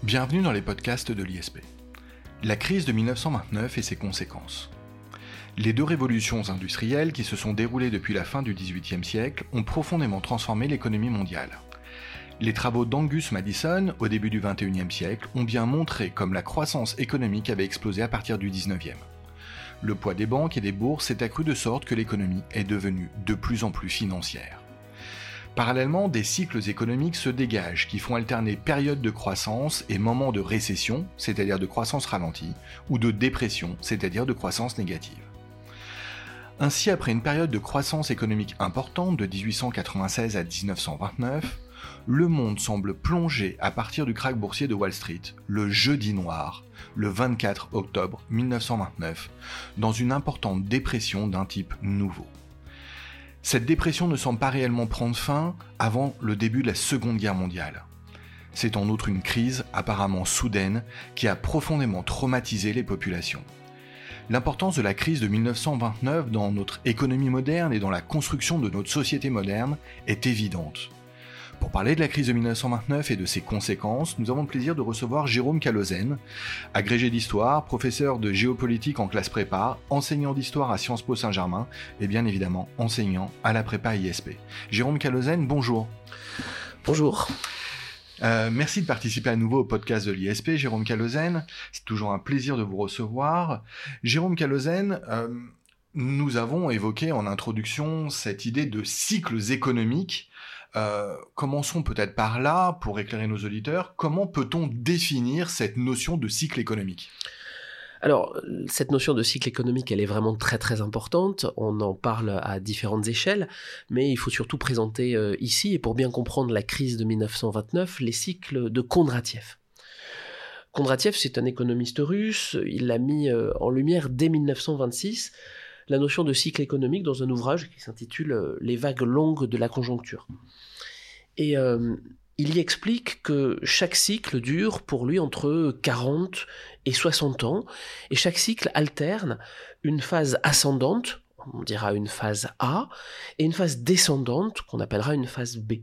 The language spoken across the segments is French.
Bienvenue dans les podcasts de l'ISP. La crise de 1929 et ses conséquences. Les deux révolutions industrielles qui se sont déroulées depuis la fin du XVIIIe siècle ont profondément transformé l'économie mondiale. Les travaux d'Angus Madison, au début du XXIe siècle, ont bien montré comme la croissance économique avait explosé à partir du XIXe. Le poids des banques et des bourses s'est accru de sorte que l'économie est devenue de plus en plus financière. Parallèlement, des cycles économiques se dégagent qui font alterner périodes de croissance et moments de récession, c'est-à-dire de croissance ralentie, ou de dépression, c'est-à-dire de croissance négative. Ainsi, après une période de croissance économique importante de 1896 à 1929, le monde semble plonger à partir du krach boursier de Wall Street, le jeudi noir, le 24 octobre 1929, dans une importante dépression d'un type nouveau. Cette dépression ne semble pas réellement prendre fin avant le début de la Seconde Guerre mondiale. C'est en outre une crise apparemment soudaine qui a profondément traumatisé les populations. L'importance de la crise de 1929 dans notre économie moderne et dans la construction de notre société moderne est évidente. Pour parler de la crise de 1929 et de ses conséquences, nous avons le plaisir de recevoir Jérôme Callauzen, agrégé d'histoire, professeur de géopolitique en classe prépa, enseignant d'histoire à Sciences Po Saint-Germain et bien évidemment enseignant à la prépa ISP. Jérôme Callauzen, bonjour. Bonjour. Merci de participer à nouveau au podcast de l'ISP, Jérôme Callauzen. C'est toujours un plaisir de vous recevoir. Jérôme Callauzen, nous avons évoqué en introduction cette idée de cycles économiques. Commençons peut-être par là, pour éclairer nos auditeurs. Comment peut-on définir cette notion de cycle économique ? Alors, cette notion de cycle économique, elle est vraiment très très importante. On en parle à différentes échelles, mais il faut surtout présenter ici, et pour bien comprendre la crise de 1929, les cycles de Kondratiev. Kondratiev, c'est un économiste russe. Il a mis en lumière dès 1926 la notion de cycle économique dans un ouvrage qui s'intitule « Les vagues longues de la conjoncture ». Et il y explique que chaque cycle dure pour lui entre 40 et 60 ans, et chaque cycle alterne une phase ascendante, on dira une phase A, et une phase descendante, qu'on appellera une phase B.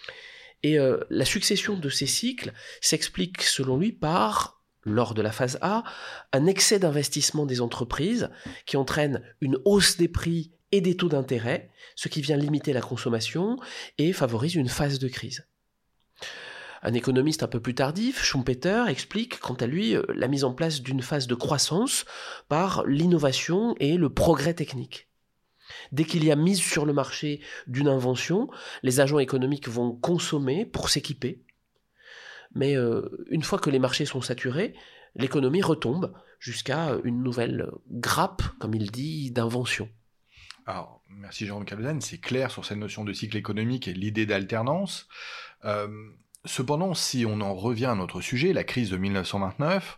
Et la succession de ces cycles s'explique selon lui par, lors de la phase A, un excès d'investissement des entreprises qui entraîne une hausse des prix et des taux d'intérêt, ce qui vient limiter la consommation et favorise une phase de crise. Un économiste un peu plus tardif, Schumpeter, explique quant à lui la mise en place d'une phase de croissance par l'innovation et le progrès technique. Dès qu'il y a mise sur le marché d'une invention, les agents économiques vont consommer pour s'équiper. Mais une fois que les marchés sont saturés, l'économie retombe jusqu'à une nouvelle grappe, comme il dit, d'invention. Alors, merci Jérôme Callauzen, c'est clair sur cette notion de cycle économique et l'idée d'alternance. Cependant, si on en revient à notre sujet, la crise de 1929,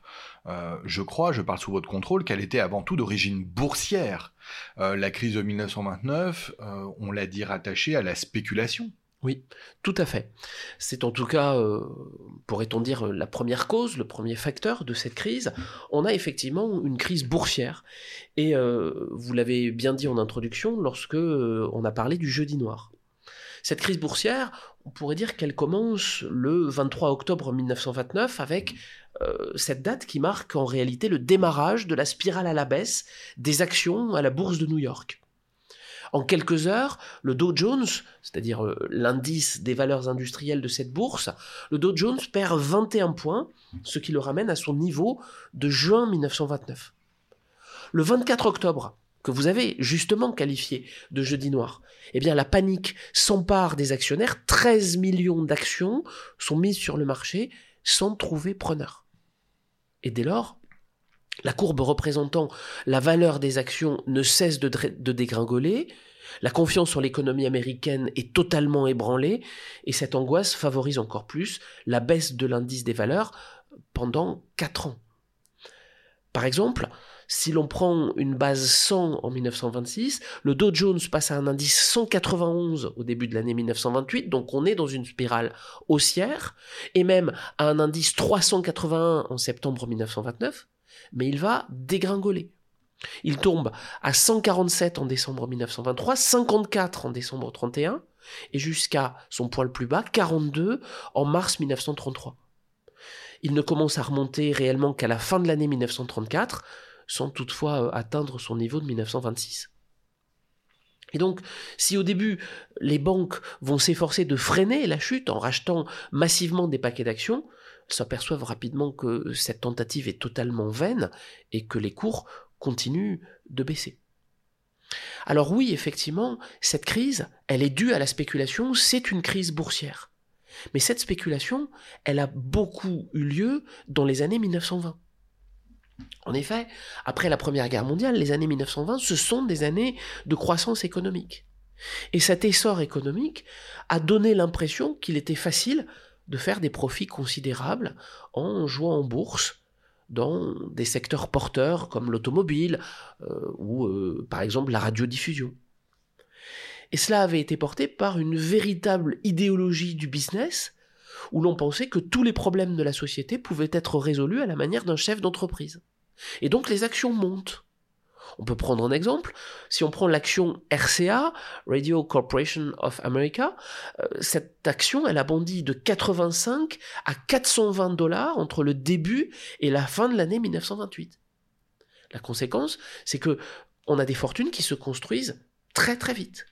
je parle sous votre contrôle, qu'elle était avant tout d'origine boursière. La crise de 1929, on l'a dit rattachée à la spéculation. Oui, tout à fait. C'est en tout cas, pourrait-on dire, la première cause, le premier facteur de cette crise. On a effectivement une crise boursière. Et vous l'avez bien dit en introduction lorsque on a parlé du jeudi noir. Cette crise boursière, on pourrait dire qu'elle commence le 23 octobre 1929 avec cette date qui marque en réalité le démarrage de la spirale à la baisse des actions à la bourse de New York. En quelques heures, le Dow Jones, c'est-à-dire l'indice des valeurs industrielles de cette bourse, le Dow Jones perd 21 points, ce qui le ramène à son niveau de juin 1929. Le 24 octobre, que vous avez justement qualifié de jeudi noir, eh bien la panique s'empare des actionnaires, 13 millions d'actions sont mises sur le marché sans trouver preneur. Et dès lors, la courbe représentant la valeur des actions ne cesse de dégringoler, la confiance sur l'économie américaine est totalement ébranlée, et cette angoisse favorise encore plus la baisse de l'indice des valeurs pendant 4 ans. Par exemple, si l'on prend une base 100 en 1926, le Dow Jones passe à un indice 191 au début de l'année 1928, donc on est dans une spirale haussière, et même à un indice 381 en septembre 1929, mais il va dégringoler. Il tombe à 147 en décembre 1923, 54 en décembre 31, et jusqu'à son point le plus bas, 42 en mars 1933. Il ne commence à remonter réellement qu'à la fin de l'année 1934, sans toutefois atteindre son niveau de 1926. Et donc, si au début, les banques vont s'efforcer de freiner la chute en rachetant massivement des paquets d'actions, elles s'aperçoivent rapidement que cette tentative est totalement vaine et que les cours continuent de baisser. Alors oui, effectivement, cette crise, elle est due à la spéculation, c'est une crise boursière. Mais cette spéculation, elle a beaucoup eu lieu dans les années 1920. En effet, après la Première Guerre mondiale, les années 1920, ce sont des années de croissance économique. Et cet essor économique a donné l'impression qu'il était facile de faire des profits considérables en jouant en bourse dans des secteurs porteurs comme l'automobile ou par exemple la radiodiffusion. Et cela avait été porté par une véritable idéologie du business où l'on pensait que tous les problèmes de la société pouvaient être résolus à la manière d'un chef d'entreprise. Et donc les actions montent. On peut prendre un exemple. Si on prend l'action RCA, Radio Corporation of America, cette action, elle a bondi de 85 à 420 $ entre le début et la fin de l'année 1928. La conséquence, c'est que on a des fortunes qui se construisent très très vite.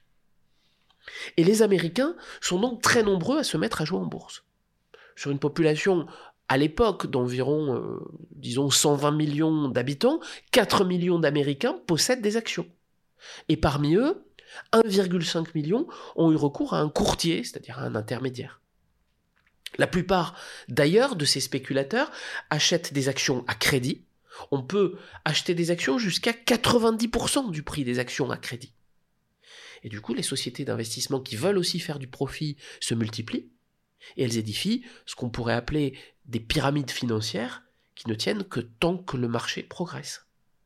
Et les Américains sont donc très nombreux à se mettre à jouer en bourse. Sur une population à l'époque d'environ, disons, 120 millions d'habitants, 4 millions d'Américains possèdent des actions. Et parmi eux, 1,5 million ont eu recours à un courtier, c'est-à-dire à un intermédiaire. La plupart, d'ailleurs, de ces spéculateurs achètent des actions à crédit. On peut acheter des actions jusqu'à 90% du prix des actions à crédit. Et du coup, les sociétés d'investissement qui veulent aussi faire du profit se multiplient. Et elles édifient ce qu'on pourrait appeler des pyramides financières qui ne tiennent que tant que le marché progresse.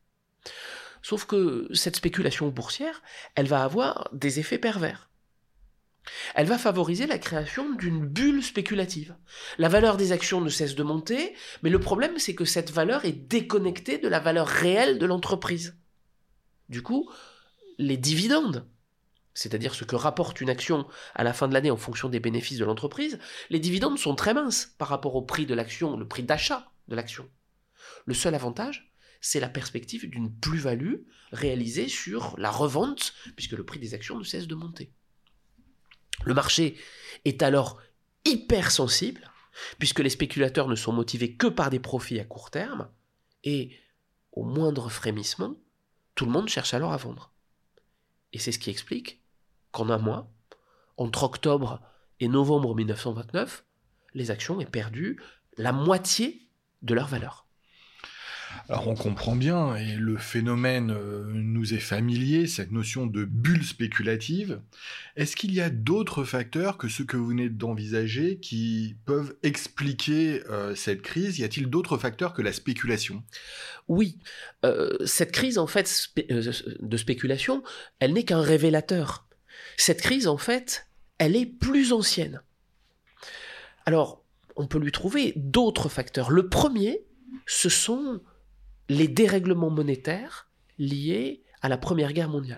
Sauf que cette spéculation boursière, elle va avoir des effets pervers. Elle va favoriser la création d'une bulle spéculative. La valeur des actions ne cesse de monter, mais le problème c'est que cette valeur est déconnectée de la valeur réelle de l'entreprise. Du coup, les dividendes, c'est-à-dire ce que rapporte une action à la fin de l'année en fonction des bénéfices de l'entreprise, les dividendes sont très minces par rapport au prix de l'action, le prix d'achat de l'action. Le seul avantage, c'est la perspective d'une plus-value réalisée sur la revente, puisque le prix des actions ne cesse de monter. Le marché est alors hyper sensible, puisque les spéculateurs ne sont motivés que par des profits à court terme, et au moindre frémissement, tout le monde cherche alors à vendre. Et c'est ce qui explique qu'en un mois, entre octobre et novembre 1929, les actions aient perdu la moitié de leur valeur. Alors on comprend bien, et le phénomène nous est familier, cette notion de bulle spéculative. Est-ce qu'il y a d'autres facteurs que ceux que vous venez d'envisager qui peuvent expliquer cette crise ? Y a-t-il d'autres facteurs que la spéculation ? Oui, cette crise en fait de spéculation, elle n'est qu'un révélateur. Cette crise en fait, elle est plus ancienne. Alors, on peut lui trouver d'autres facteurs. Le premier, ce sont les dérèglements monétaires liés à la Première Guerre mondiale.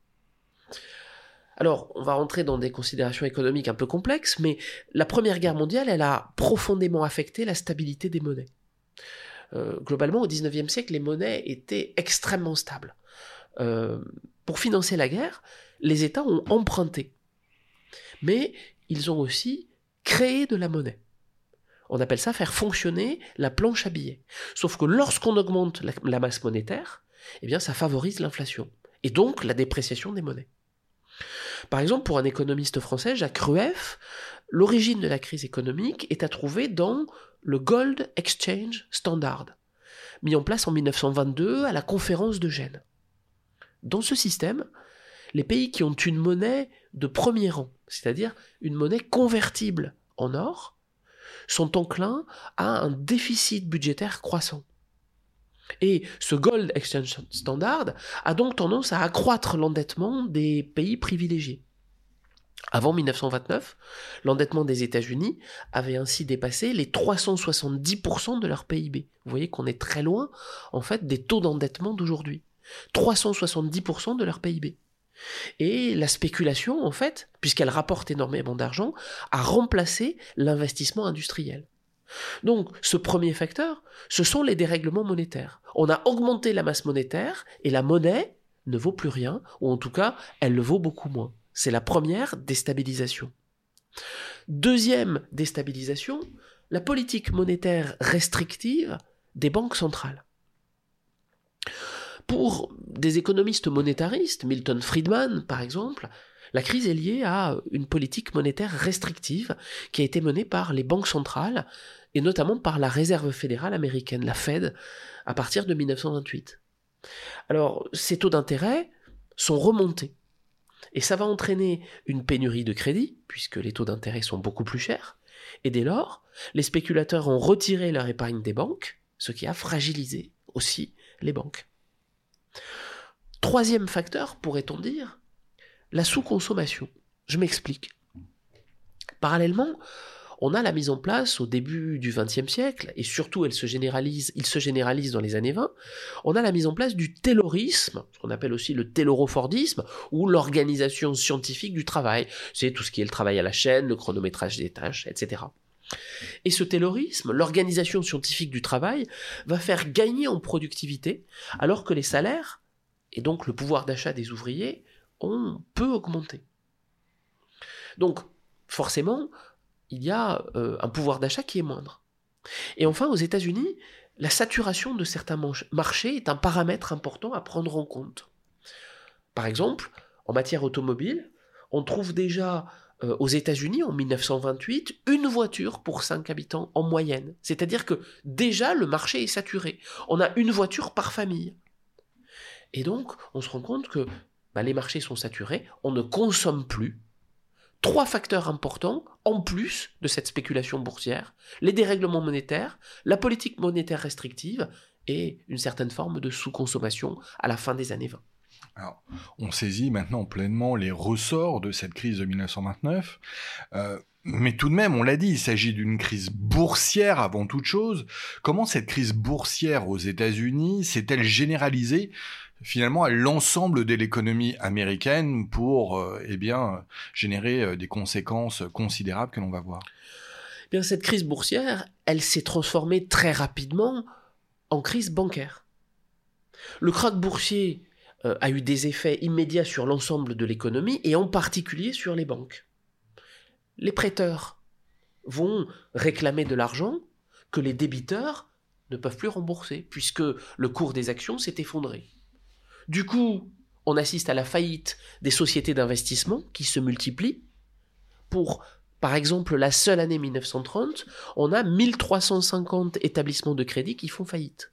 Alors, on va rentrer dans des considérations économiques un peu complexes, mais la Première Guerre mondiale, elle a profondément affecté la stabilité des monnaies. Globalement, au XIXe siècle, les monnaies étaient extrêmement stables. Pour financer la guerre, les États ont emprunté. Mais ils ont aussi créé de la monnaie. On appelle ça faire fonctionner la planche à billets. Sauf que lorsqu'on augmente la masse monétaire, eh bien, ça favorise l'inflation. Et donc, la dépréciation des monnaies. Par exemple, pour un économiste français, Jacques Rueff, l'origine de la crise économique est à trouver dans le Gold Exchange Standard, mis en place en 1922 à la conférence de Gênes. Dans ce système, les pays qui ont une monnaie de premier rang, c'est-à-dire une monnaie convertible en or, sont enclins à un déficit budgétaire croissant. Et ce Gold Exchange Standard a donc tendance à accroître l'endettement des pays privilégiés. Avant 1929, l'endettement des États-Unis avait ainsi dépassé les 370% de leur PIB. Vous voyez qu'on est très loin, en fait, des taux d'endettement d'aujourd'hui. 370% de leur PIB. Et la spéculation, en fait, puisqu'elle rapporte énormément d'argent, a remplacé l'investissement industriel. Donc, ce premier facteur, ce sont les dérèglements monétaires. On a augmenté la masse monétaire et la monnaie ne vaut plus rien, ou en tout cas, elle le vaut beaucoup moins. C'est la première déstabilisation. Deuxième déstabilisation, la politique monétaire restrictive des banques centrales. Pour des économistes monétaristes, Milton Friedman par exemple, la crise est liée à une politique monétaire restrictive qui a été menée par les banques centrales et notamment par la Réserve fédérale américaine, la Fed, à partir de 1928. Alors, ces taux d'intérêt sont remontés et ça va entraîner une pénurie de crédit puisque les taux d'intérêt sont beaucoup plus chers et dès lors, les spéculateurs ont retiré leur épargne des banques, ce qui a fragilisé aussi les banques. Troisième facteur, pourrait-on dire, la sous-consommation. Je m'explique. Parallèlement, on a la mise en place au début du XXe siècle, et surtout il se généralise dans les années 20, on a la mise en place du taylorisme, ce qu'on appelle aussi le taylorofordisme, ou l'organisation scientifique du travail. C'est tout ce qui est le travail à la chaîne, le chronométrage des tâches, etc. Et ce taylorisme, l'organisation scientifique du travail, va faire gagner en productivité, alors que les salaires, et donc le pouvoir d'achat des ouvriers, ont peu augmenté. Donc, forcément, il y a un pouvoir d'achat qui est moindre. Et enfin, aux États-Unis, la saturation de certains marchés est un paramètre important à prendre en compte. Par exemple, en matière automobile, on trouve déjà aux États-Unis, en 1928, une voiture pour 5 habitants en moyenne. C'est-à-dire que déjà, le marché est saturé. On a une voiture par famille. Et donc, on se rend compte que les marchés sont saturés, on ne consomme plus. 3 facteurs importants, en plus de cette spéculation boursière, les dérèglements monétaires, la politique monétaire restrictive et une certaine forme de sous-consommation à la fin des années 20. Alors, on saisit maintenant pleinement les ressorts de cette crise de 1929, mais tout de même, on l'a dit, il s'agit d'une crise boursière avant toute chose. Comment cette crise boursière aux États-Unis s'est-elle généralisée finalement à l'ensemble de l'économie américaine pour générer des conséquences considérables que l'on va voir? Bien, cette crise boursière, elle s'est transformée très rapidement en crise bancaire. Le krach boursier a eu des effets immédiats sur l'ensemble de l'économie et en particulier sur les banques. Les prêteurs vont réclamer de l'argent que les débiteurs ne peuvent plus rembourser puisque le cours des actions s'est effondré. Du coup, on assiste à la faillite des sociétés d'investissement qui se multiplient. Pour, par exemple, la seule année 1930, on a 1350 établissements de crédit qui font faillite.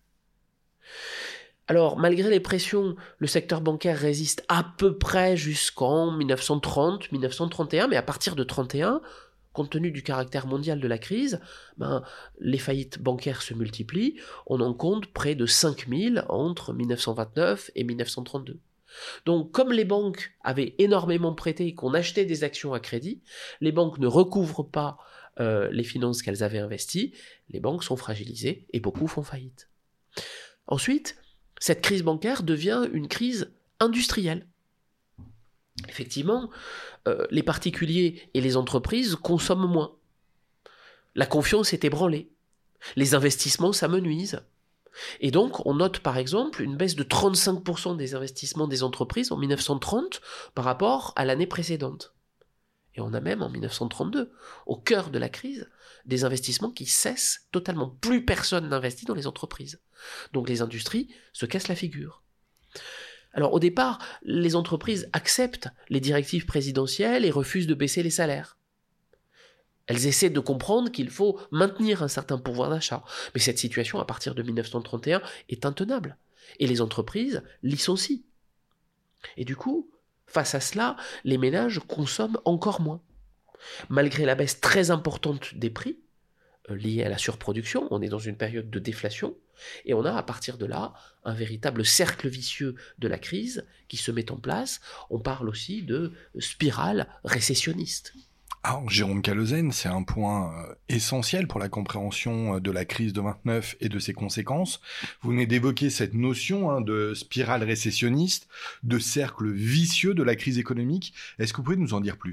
Alors, malgré les pressions, le secteur bancaire résiste à peu près jusqu'en 1930, 1931, mais à partir de 1931, compte tenu du caractère mondial de la crise, les faillites bancaires se multiplient. On en compte près de 5000 entre 1929 et 1932. Donc, comme les banques avaient énormément prêté et qu'on achetait des actions à crédit, les banques ne recouvrent pas les finances qu'elles avaient investies, les banques sont fragilisées et beaucoup font faillite. Ensuite, cette crise bancaire devient une crise industrielle. Effectivement, les particuliers et les entreprises consomment moins. La confiance est ébranlée. Les investissements s'amenuisent. Et donc, on note par exemple une baisse de 35% des investissements des entreprises en 1930 par rapport à l'année précédente. Et on a même en 1932, au cœur de la crise, des investissements qui cessent totalement. Plus personne n'investit dans les entreprises. Donc les industries se cassent la figure. Alors au départ, les entreprises acceptent les directives présidentielles et refusent de baisser les salaires. Elles essaient de comprendre qu'il faut maintenir un certain pouvoir d'achat. Mais cette situation, à partir de 1931, est intenable. Et les entreprises licencient. Et du coup, face à cela, les ménages consomment encore moins. Malgré la baisse très importante des prix, liée à la surproduction, on est dans une période de déflation, et on a à partir de là un véritable cercle vicieux de la crise qui se met en place. On parle aussi de spirale récessionniste. Alors, Jérôme Calleusen, c'est un point essentiel pour la compréhension de la crise de 29 et de ses conséquences. Vous venez d'évoquer cette notion de spirale récessionniste, de cercle vicieux de la crise économique. Est-ce que vous pouvez nous en dire plus ?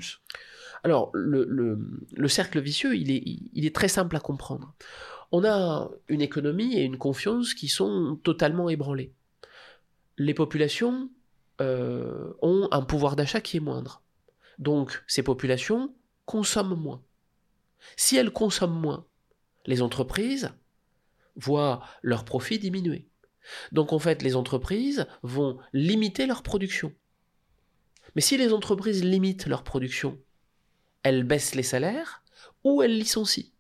Alors, le cercle vicieux, il est très simple à comprendre. On a une économie et une confiance qui sont totalement ébranlées. Les populations ont un pouvoir d'achat qui est moindre. Donc, ces populations consomment moins. Si elles consomment moins, les entreprises voient leurs profits diminuer. Donc, en fait, les entreprises vont limiter leur production. Mais si les entreprises limitent leur production, elles baissent les salaires ou elles licencient.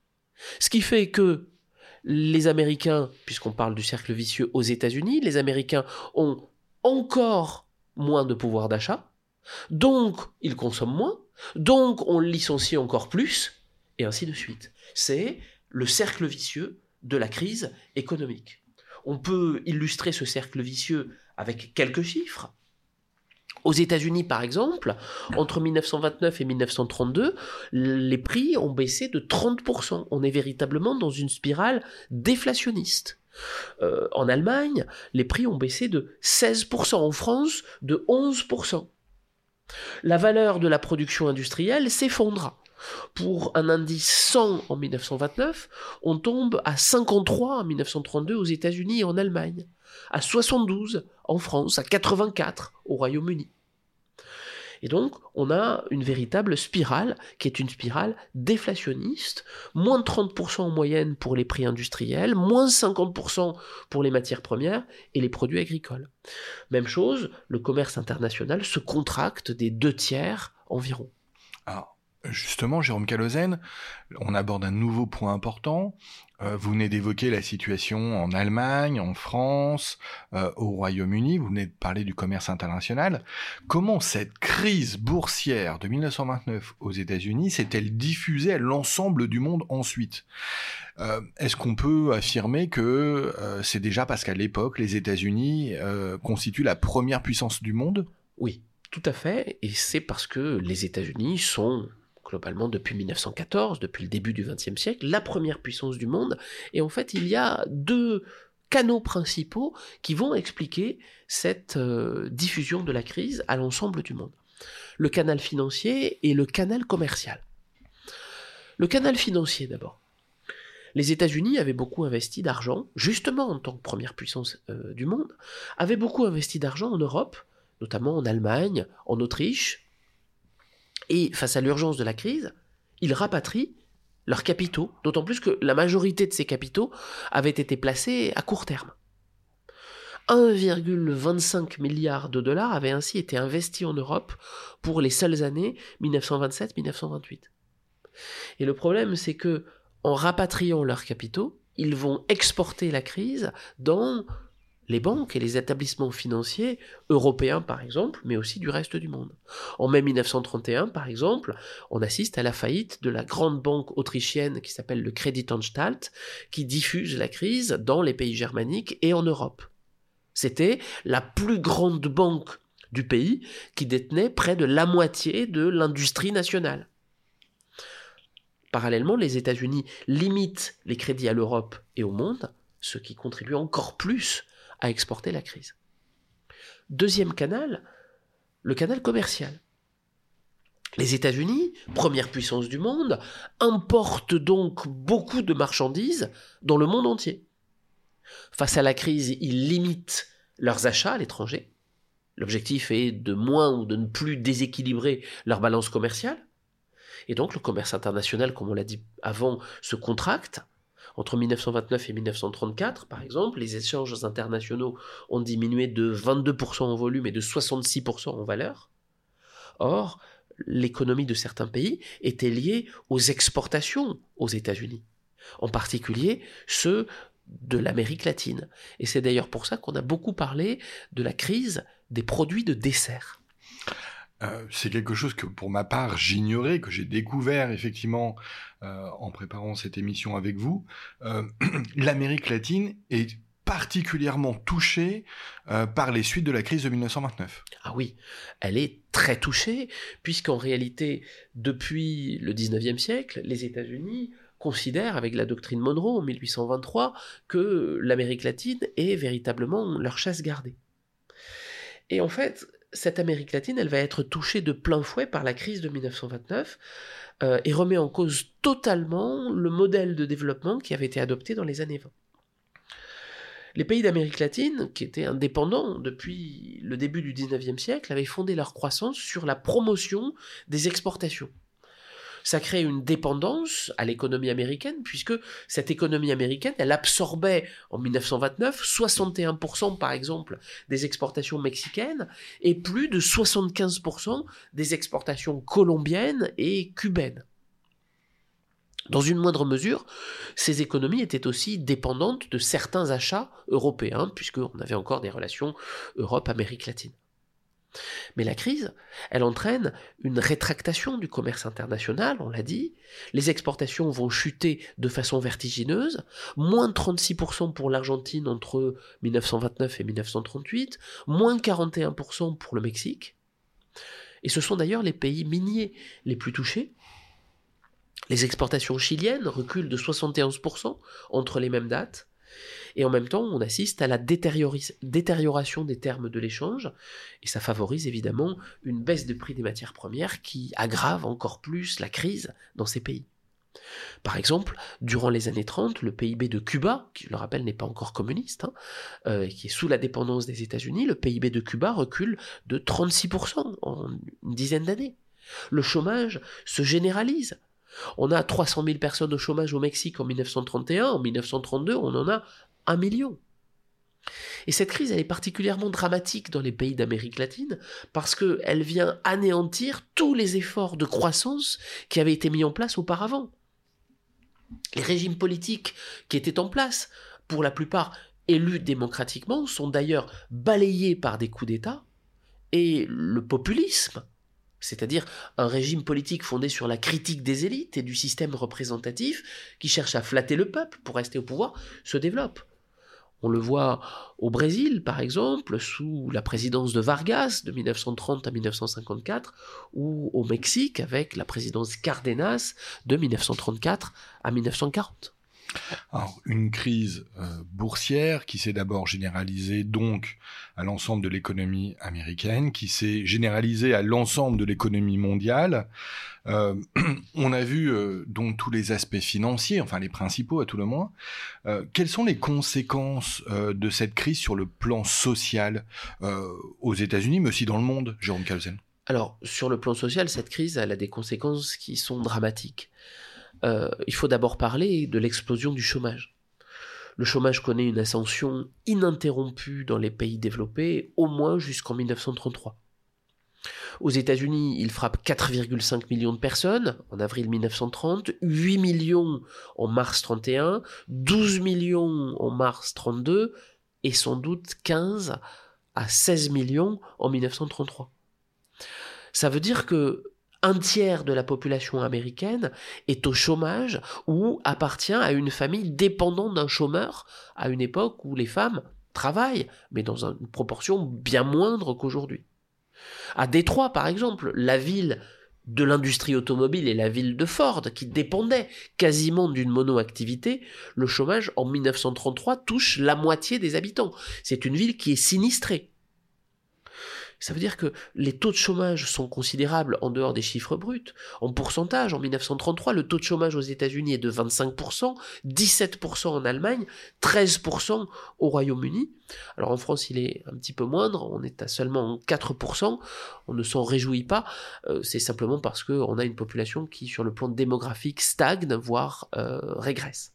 Ce qui fait que les Américains, puisqu'on parle du cercle vicieux aux États-Unis, les Américains ont encore moins de pouvoir d'achat, donc ils consomment moins, donc on licencie encore plus, et ainsi de suite. C'est le cercle vicieux de la crise économique. On peut illustrer ce cercle vicieux avec quelques chiffres. Aux États-Unis, par exemple, entre 1929 et 1932, les prix ont baissé de 30%. On est véritablement dans une spirale déflationniste. En Allemagne, les prix ont baissé de 16%. En France, de 11%. La valeur de la production industrielle s'effondre. Pour un indice 100 en 1929, on tombe à 53 en 1932 aux États-Unis et en Allemagne, à 72 en France, à 84 au Royaume-Uni. Et donc, on a une véritable spirale qui est une spirale déflationniste, moins de 30% en moyenne pour les prix industriels, moins 50% pour les matières premières et les produits agricoles. Même chose, le commerce international se contracte des 2/3 environ. Alors, justement, Jérôme Callozène, on aborde un nouveau point important. Vous venez d'évoquer la situation en Allemagne, en France, au Royaume-Uni. Vous venez de parler du commerce international. Comment cette crise boursière de 1929 aux États-Unis s'est-elle diffusée à l'ensemble du monde ensuite ? Est-ce qu'on peut affirmer que c'est déjà parce qu'à l'époque, les États-Unis constituent la première puissance du monde ? Oui, tout à fait. Et c'est parce que les États-Unis sont globalement depuis 1914, depuis le début du XXe siècle, la première puissance du monde. Et en fait, il y a deux canaux principaux qui vont expliquer cette diffusion de la crise à l'ensemble du monde. Le canal financier et le canal commercial. Le canal financier d'abord. Les États-Unis avaient beaucoup investi d'argent, justement en tant que première puissance du monde, avaient beaucoup investi d'argent en Europe, notamment en Allemagne, en Autriche. Et face à l'urgence de la crise, ils rapatrient leurs capitaux, d'autant plus que la majorité de ces capitaux avaient été placés à court terme. 1,25 milliard de dollars avaient ainsi été investis en Europe pour les seules années 1927-1928. Et le problème, c'est que en rapatriant leurs capitaux, ils vont exporter la crise dans les banques et les établissements financiers européens, par exemple, mais aussi du reste du monde. En mai 1931, par exemple, on assiste à la faillite de la grande banque autrichienne qui s'appelle le Kreditanstalt, qui diffuse la crise dans les pays germaniques et en Europe. C'était la plus grande banque du pays qui détenait près de la moitié de l'industrie nationale. Parallèlement, les États-Unis limitent les crédits à l'Europe et au monde, ce qui contribue encore plus à exporter la crise. Deuxième canal, le canal commercial. Les États-Unis, première puissance du monde, importent donc beaucoup de marchandises dans le monde entier. Face à la crise, ils limitent leurs achats à l'étranger. L'objectif est de moins ou de ne plus déséquilibrer leur balance commerciale. Et donc le commerce international, comme on l'a dit avant, se contracte. Entre 1929 et 1934, par exemple, les échanges internationaux ont diminué de 22% en volume et de 66% en valeur. Or, l'économie de certains pays était liée aux exportations aux États-Unis, en particulier ceux de l'Amérique latine. Et c'est d'ailleurs pour ça qu'on a beaucoup parlé de la crise des produits de dessert. C'est quelque chose que, pour ma part, j'ignorais, que j'ai découvert effectivement en préparant cette émission avec vous. L'Amérique latine est particulièrement touchée par les suites de la crise de 1929. Ah oui, elle est très touchée, puisqu'en réalité, depuis le 19e siècle, les États-Unis considèrent, avec la doctrine Monroe en 1823, que l'Amérique latine est véritablement leur chasse gardée. Et en fait, cette Amérique latine, elle va être touchée de plein fouet par la crise de 1929 et remet en cause totalement le modèle de développement qui avait été adopté dans les années 20. Les pays d'Amérique latine, qui étaient indépendants depuis le début du 19e siècle, avaient fondé leur croissance sur la promotion des exportations. Ça crée une dépendance à l'économie américaine, puisque cette économie américaine, elle absorbait en 1929 61% par exemple des exportations mexicaines et plus de 75% des exportations colombiennes et cubaines. Dans une moindre mesure, ces économies étaient aussi dépendantes de certains achats européens, puisqu'on avait encore des relations Europe-Amérique latine. Mais la crise, elle entraîne une rétractation du commerce international, on l'a dit, les exportations vont chuter de façon vertigineuse, moins 36% pour l'Argentine entre 1929 et 1938, moins 41% pour le Mexique, et ce sont d'ailleurs les pays miniers les plus touchés. Les exportations chiliennes reculent de 71% entre les mêmes dates, et en même temps, on assiste à la détérioration des termes de l'échange, et ça favorise évidemment une baisse de prix des matières premières qui aggrave encore plus la crise dans ces pays. Par exemple, durant les années 30, le PIB de Cuba, qui je le rappelle n'est pas encore communiste, qui est sous la dépendance des États-Unis, le PIB de Cuba recule de 36% en une dizaine d'années. Le chômage se généralise. On a 300 000 personnes au chômage au Mexique en 1931, en 1932, on en a 1 million. Et cette crise, elle est particulièrement dramatique dans les pays d'Amérique latine parce qu'elle vient anéantir tous les efforts de croissance qui avaient été mis en place auparavant. Les régimes politiques qui étaient en place, pour la plupart élus démocratiquement, sont d'ailleurs balayés par des coups d'État, et le populisme, c'est-à-dire un régime politique fondé sur la critique des élites et du système représentatif qui cherche à flatter le peuple pour rester au pouvoir, se développe. On le voit au Brésil, par exemple, sous la présidence de Vargas de 1930 à 1954, ou au Mexique avec la présidence Cárdenas de 1934 à 1940. Alors, une crise boursière qui s'est d'abord généralisée donc à l'ensemble de l'économie américaine, qui s'est généralisée à l'ensemble de l'économie mondiale. On a vu donc tous les aspects financiers, enfin les principaux à tout le moins. Quelles sont les conséquences de cette crise sur le plan social aux États-Unis, mais aussi dans le monde, Jérôme Clausen? Alors, sur le plan social, cette crise elle a des conséquences qui sont dramatiques. Il faut d'abord parler de l'explosion du chômage. Le chômage connaît une ascension ininterrompue dans les pays développés, au moins jusqu'en 1933. Aux États-Unis, il frappe 4,5 millions de personnes en avril 1930, 8 millions en mars 31, 12 millions en mars 32 et sans doute 15 à 16 millions en 1933. Ça veut dire que un tiers de la population américaine est au chômage ou appartient à une famille dépendante d'un chômeur à une époque où les femmes travaillent, mais dans une proportion bien moindre qu'aujourd'hui. À Détroit, par exemple, la ville de l'industrie automobile et la ville de Ford, qui dépendaient quasiment d'une monoactivité, le chômage en 1933 touche la moitié des habitants. C'est une ville qui est sinistrée. Ça veut dire que les taux de chômage sont considérables en dehors des chiffres bruts. En pourcentage, en 1933, le taux de chômage aux États-Unis est de 25%, 17% en Allemagne, 13% au Royaume-Uni. Alors en France, il est un petit peu moindre, on est à seulement 4%, on ne s'en réjouit pas, c'est simplement parce qu'on a une population qui, sur le plan démographique, stagne, voire régresse.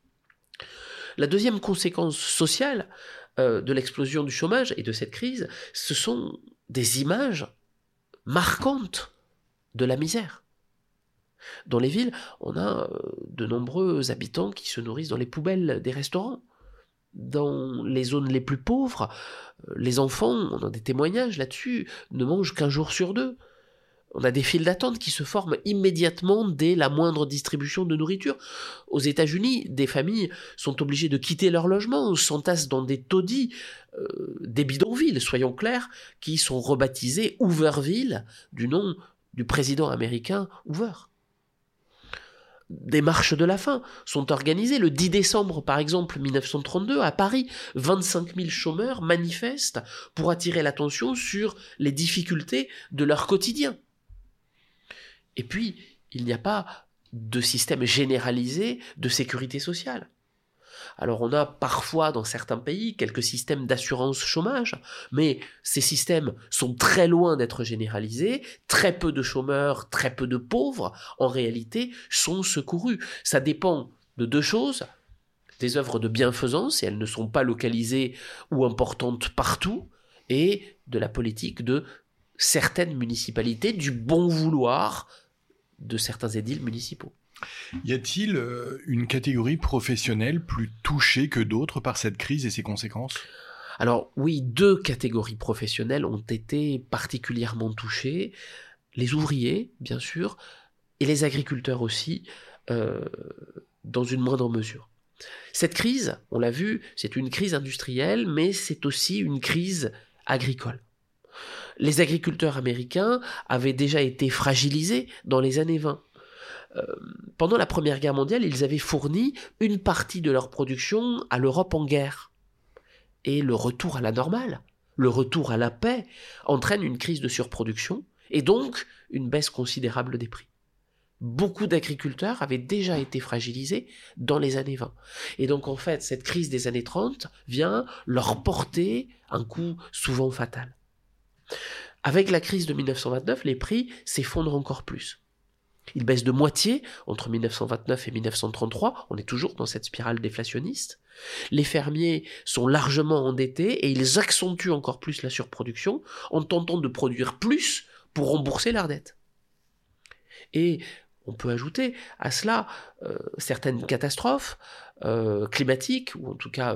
La deuxième conséquence sociale de l'explosion du chômage et de cette crise, ce sont des images marquantes de la misère. Dans les villes, on a de nombreux habitants qui se nourrissent dans les poubelles des restaurants. Dans les zones les plus pauvres, les enfants, on a des témoignages là-dessus, ne mangent qu'un jour sur deux. On a des files d'attente qui se forment immédiatement dès la moindre distribution de nourriture. Aux États-Unis, des familles sont obligées de quitter leur logement, s'entassent dans des taudis, des bidonvilles, soyons clairs, qui sont rebaptisés Hooverville, du nom du président américain Hoover. des marches de la faim sont organisées. Le 10 décembre, par exemple, 1932, à Paris, 25 000 chômeurs manifestent pour attirer l'attention sur les difficultés de leur quotidien. Et puis, il n'y a pas de système généralisé de sécurité sociale. Alors on a parfois dans certains pays quelques systèmes d'assurance chômage, mais ces systèmes sont très loin d'être généralisés, très peu de chômeurs, très peu de pauvres, en réalité, sont secourus. Ça dépend de deux choses, des œuvres de bienfaisance, et elles ne sont pas localisées ou importantes partout, et de la politique de certaines municipalités, du bon vouloir de certains édiles municipaux. Y a-t-il une catégorie professionnelle plus touchée que d'autres par cette crise et ses conséquences ? Alors oui, deux catégories professionnelles ont été particulièrement touchées. Les ouvriers, bien sûr, et les agriculteurs aussi, dans une moindre mesure. Cette crise, on l'a vu, c'est une crise industrielle, mais c'est aussi une crise agricole. Les agriculteurs américains avaient déjà été fragilisés dans les années 20. Pendant la Première Guerre mondiale, ils avaient fourni une partie de leur production à l'Europe en guerre. Et le retour à la normale, le retour à la paix, entraîne une crise de surproduction et donc une baisse considérable des prix. Beaucoup d'agriculteurs avaient déjà été fragilisés dans les années 20. Et donc en fait, cette crise des années 30 vient leur porter un coup souvent fatal. Avec la crise de 1929, les prix s'effondrent encore plus. Ils baissent de moitié entre 1929 et 1933, on est toujours dans cette spirale déflationniste. Les fermiers sont largement endettés et ils accentuent encore plus la surproduction en tentant de produire plus pour rembourser leurs dettes. Et on peut ajouter à cela certaines catastrophes climatiques, ou en tout cas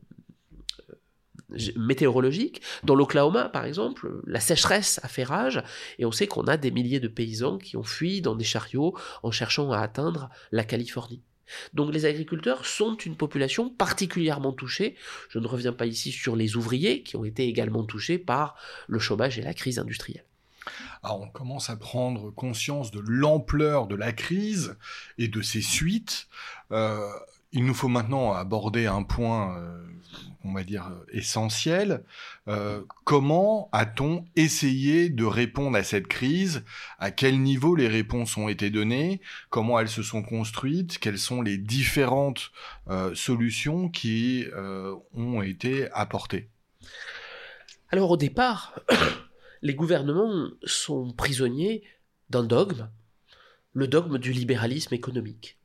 météorologiques. Dans l'Oklahoma, par exemple, la sécheresse a fait rage, et on sait qu'on a des milliers de paysans qui ont fui dans des chariots en cherchant à atteindre la Californie. Donc les agriculteurs sont une population particulièrement touchée. Je ne reviens pas ici sur les ouvriers qui ont été également touchés par le chômage et la crise industrielle. Alors on commence à prendre conscience de l'ampleur de la crise et de ses suites. Il nous faut maintenant aborder un point, on va dire, essentiel. Comment a-t-on essayé de répondre à cette crise ? À quel niveau les réponses ont été données ? Comment elles se sont construites ? Quelles sont les différentes solutions qui ont été apportées ? Alors au départ, les gouvernements sont prisonniers d'un dogme, le dogme du libéralisme économique.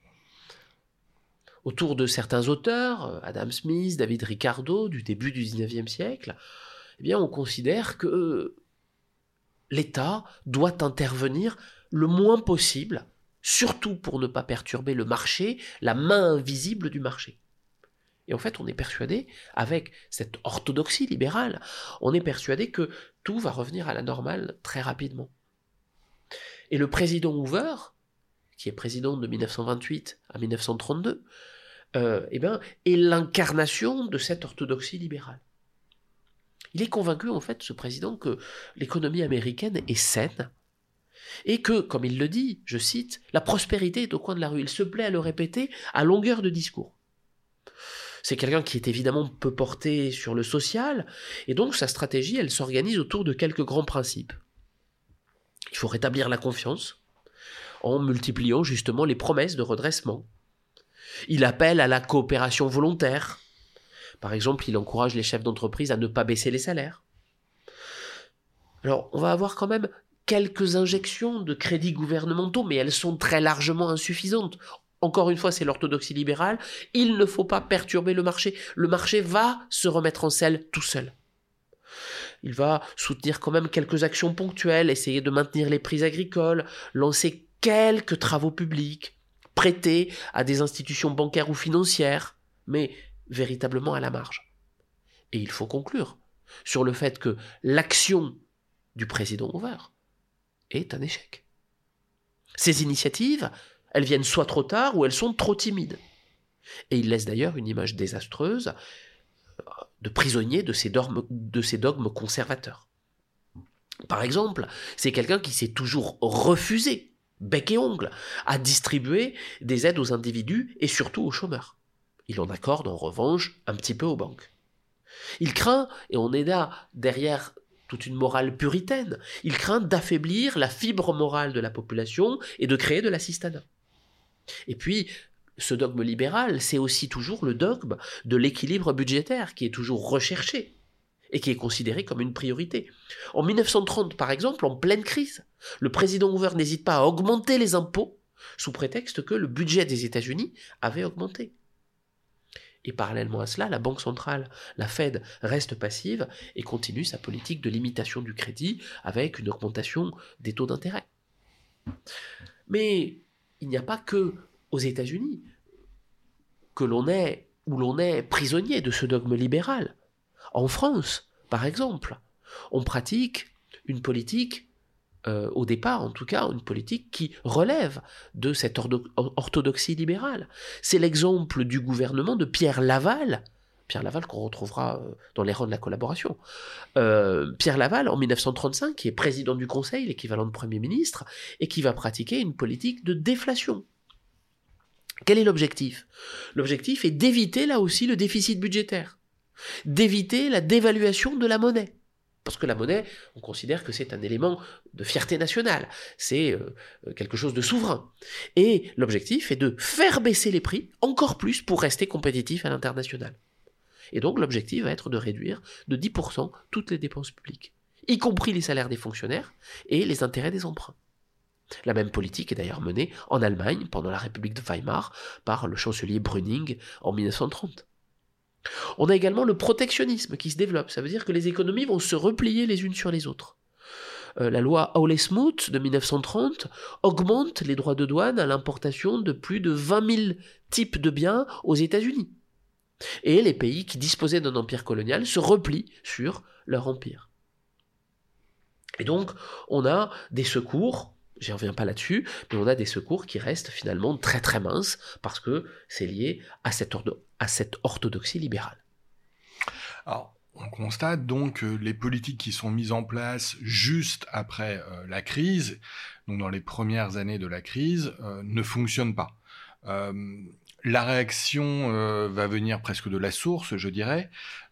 Autour de certains auteurs, Adam Smith, David Ricardo, du début du XIXe siècle, eh bien, on considère que l'État doit intervenir le moins possible, surtout pour ne pas perturber le marché, la main invisible du marché. Et en fait, on est persuadé, avec cette orthodoxie libérale, on est persuadé que tout va revenir à la normale très rapidement. Et le président Hoover, qui est président de 1928 à 1932, est l'incarnation de cette orthodoxie libérale. Il est convaincu, en fait, ce président, que l'économie américaine est saine et que, comme il le dit, je cite, « la prospérité est au coin de la rue ». Il se plaît à le répéter à longueur de discours. C'est quelqu'un qui est évidemment peu porté sur le social, et donc sa stratégie, elle s'organise autour de quelques grands principes. Il faut rétablir la confiance, en multipliant justement les promesses de redressement. Il appelle à la coopération volontaire. Par exemple, il encourage les chefs d'entreprise à ne pas baisser les salaires. Alors, on va avoir quand même quelques injections de crédits gouvernementaux, mais elles sont très largement insuffisantes. Encore une fois, c'est l'orthodoxie libérale. Il ne faut pas perturber le marché. Le marché va se remettre en selle tout seul. Il va soutenir quand même quelques actions ponctuelles, essayer de maintenir les prix agricoles, lancer quelques travaux publics, prêter à des institutions bancaires ou financières, mais véritablement à la marge. Et il faut conclure sur le fait que l'action du président Hoover est un échec. Ces initiatives, elles viennent soit trop tard ou elles sont trop timides. Et il laisse d'ailleurs une image désastreuse de prisonnier de ces dogmes conservateurs. Par exemple, c'est quelqu'un qui s'est toujours refusé bec et ongle, à distribuer des aides aux individus et surtout aux chômeurs. Il en accorde en revanche un petit peu aux banques. Il craint, et on est là derrière toute une morale puritaine, il craint d'affaiblir la fibre morale de la population et de créer de l'assistanat. Et puis, ce dogme libéral, c'est aussi toujours le dogme de l'équilibre budgétaire qui est toujours recherché et qui est considéré comme une priorité. En 1930, par exemple, en pleine crise, le président Hoover n'hésite pas à augmenter les impôts sous prétexte que le budget des États-Unis avait augmenté. Et parallèlement à cela, la Banque centrale, la Fed, reste passive et continue sa politique de limitation du crédit avec une augmentation des taux d'intérêt. Mais il n'y a pas que aux États-Unis où l'on est prisonnier de ce dogme libéral. En France, par exemple, on pratique une politique, au départ en tout cas, une politique qui relève de cette orthodoxie libérale. C'est l'exemple du gouvernement de Pierre Laval qu'on retrouvera dans les rangs de la collaboration. Pierre Laval, en 1935, qui est président du Conseil, l'équivalent de Premier ministre, et qui va pratiquer une politique de déflation. Quel est l'objectif ? L'objectif est d'éviter là aussi le déficit budgétaire, d'éviter la dévaluation de la monnaie. Parce que la monnaie, on considère que c'est un élément de fierté nationale, c'est quelque chose de souverain. Et l'objectif est de faire baisser les prix encore plus pour rester compétitif à l'international. Et donc l'objectif va être de réduire de 10% toutes les dépenses publiques, y compris les salaires des fonctionnaires et les intérêts des emprunts. La même politique est d'ailleurs menée en Allemagne pendant la République de Weimar par le chancelier Brüning en 1930. On a également le protectionnisme qui se développe, ça veut dire que les économies vont se replier les unes sur les autres. La loi Hawley-Smoot de 1930 augmente les droits de douane à l'importation de plus de 20 000 types de biens aux États-Unis. Et les pays qui disposaient d'un empire colonial se replient sur leur empire. Et donc, on a des secours, j'y reviens pas là-dessus, mais on a des secours qui restent finalement très très minces parce que c'est lié à cette orthodoxie libérale. Alors, on constate donc que les politiques qui sont mises en place juste après la crise, donc dans les premières années de la crise, ne fonctionnent pas. La réaction va venir presque de la source, je dirais.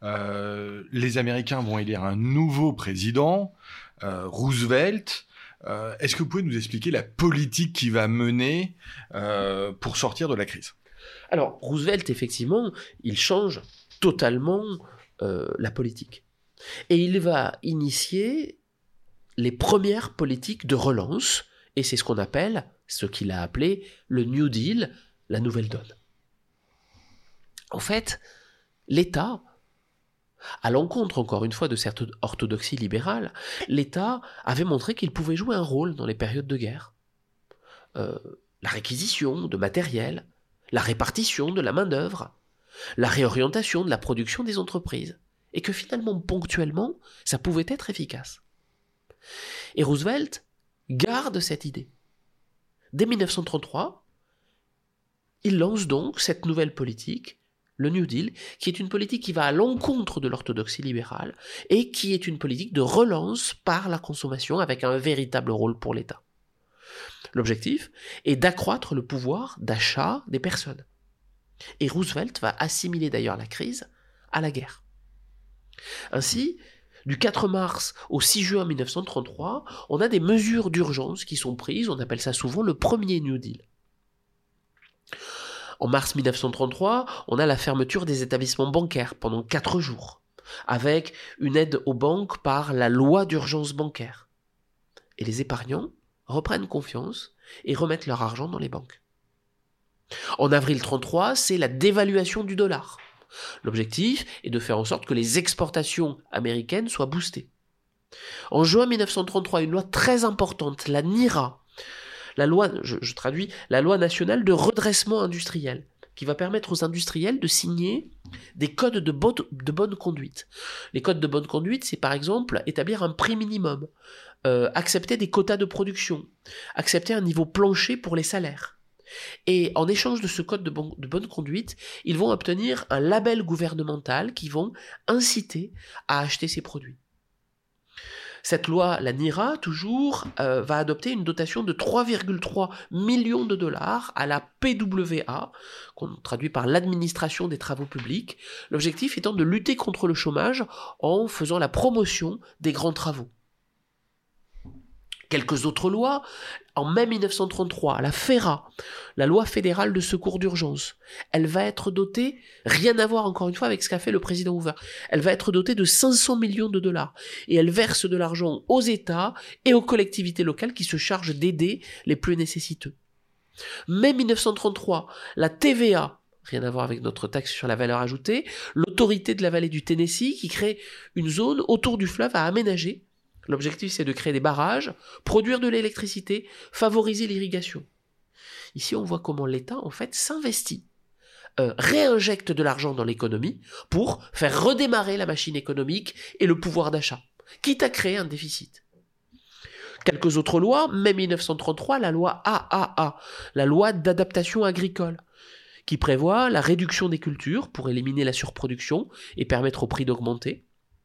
Les Américains vont élire un nouveau président, Roosevelt. Est-ce que vous pouvez nous expliquer la politique qu'il va mener pour sortir de la crise ? Alors, Roosevelt, effectivement, il change totalement la politique. Et il va initier les premières politiques de relance, et c'est ce qu'il a appelé le New Deal, la nouvelle donne. En fait, l'État, à l'encontre, encore une fois, de cette orthodoxie libérale, l'État avait montré qu'il pouvait jouer un rôle dans les périodes de guerre. La réquisition de matériel, la répartition de la main-d'œuvre, la réorientation de la production des entreprises, et que finalement, ponctuellement, ça pouvait être efficace. Et Roosevelt garde cette idée. Dès 1933, il lance donc cette nouvelle politique, le New Deal, qui est une politique qui va à l'encontre de l'orthodoxie libérale et qui est une politique de relance par la consommation avec un véritable rôle pour l'État. L'objectif est d'accroître le pouvoir d'achat des personnes. Et Roosevelt va assimiler d'ailleurs la crise à la guerre. Ainsi, du 4 mars au 6 juin 1933, on a des mesures d'urgence qui sont prises, on appelle ça souvent le premier New Deal. En mars 1933, on a la fermeture des établissements bancaires pendant 4 jours, avec une aide aux banques par la loi d'urgence bancaire. Et les épargnants reprennent confiance et remettent leur argent dans les banques. En avril 1933, c'est la dévaluation du dollar. L'objectif est de faire en sorte que les exportations américaines soient boostées. En juin 1933, une loi très importante, la NIRA, la loi, je traduis, la loi nationale de redressement industriel, qui va permettre aux industriels de signer des codes de bonne conduite. Les codes de bonne conduite, c'est par exemple établir un prix minimum, accepter des quotas de production, accepter un niveau plancher pour les salaires. Et en échange de ce code de bonne conduite, ils vont obtenir un label gouvernemental qui vont inciter à acheter ces produits. Cette loi, la NIRA, toujours, va adopter une dotation de 3,3 millions de dollars à la PWA, qu'on traduit par l'administration des travaux publics, l'objectif étant de lutter contre le chômage en faisant la promotion des grands travaux. Quelques autres lois, en mai 1933, la FERA, la loi fédérale de secours d'urgence, elle va être dotée, rien à voir encore une fois avec ce qu'a fait le président Hoover, elle va être dotée de 500 millions de dollars et elle verse de l'argent aux États et aux collectivités locales qui se chargent d'aider les plus nécessiteux. Mai 1933, la TVA, rien à voir avec notre taxe sur la valeur ajoutée, l'autorité de la vallée du Tennessee qui crée une zone autour du fleuve à aménager. L'objectif, c'est de créer des barrages, produire de l'électricité, favoriser l'irrigation. Ici, on voit comment l'État, en fait, s'investit, réinjecte de l'argent dans l'économie pour faire redémarrer la machine économique et le pouvoir d'achat, quitte à créer un déficit. Quelques autres lois, mai 1933, la loi AAA, la loi d'adaptation agricole, qui prévoit la réduction des cultures pour éliminer la surproduction et permettre au prix d'augmenter.